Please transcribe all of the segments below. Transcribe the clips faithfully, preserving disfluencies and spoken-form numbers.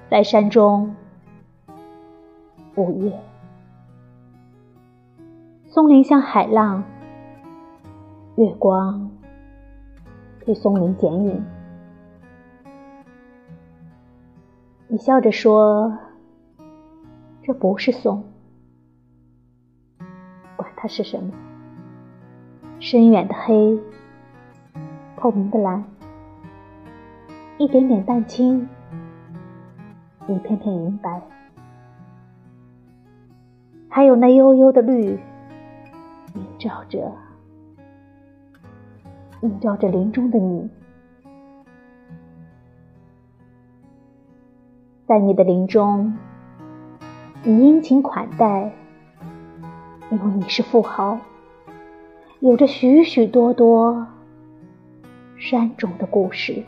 在山中，午夜，松林像海浪，月光替松林剪影。你笑着说，这不是松，管它是什么，深远的黑，透明的蓝，一点点淡青，一片片银白，还有那悠悠的绿，映照着映照着林中的你。在你的林中，你殷勤款待，因为你是富豪，有着许许多多山中的故事。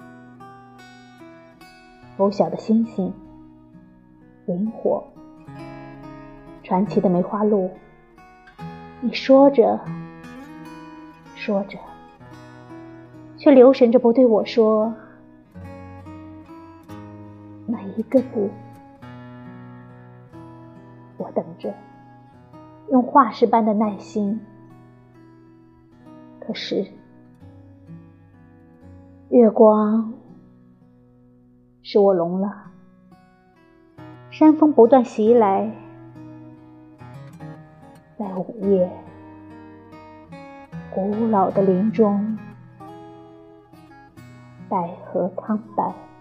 拂晓的星星，萤火，传奇的梅花鹿，你说着说着，却留神着不对我说，那一个字，我等着，用化石般的耐心。可是月光使我聋了，山风不断袭来，在午夜，古老的林中，百合苍白。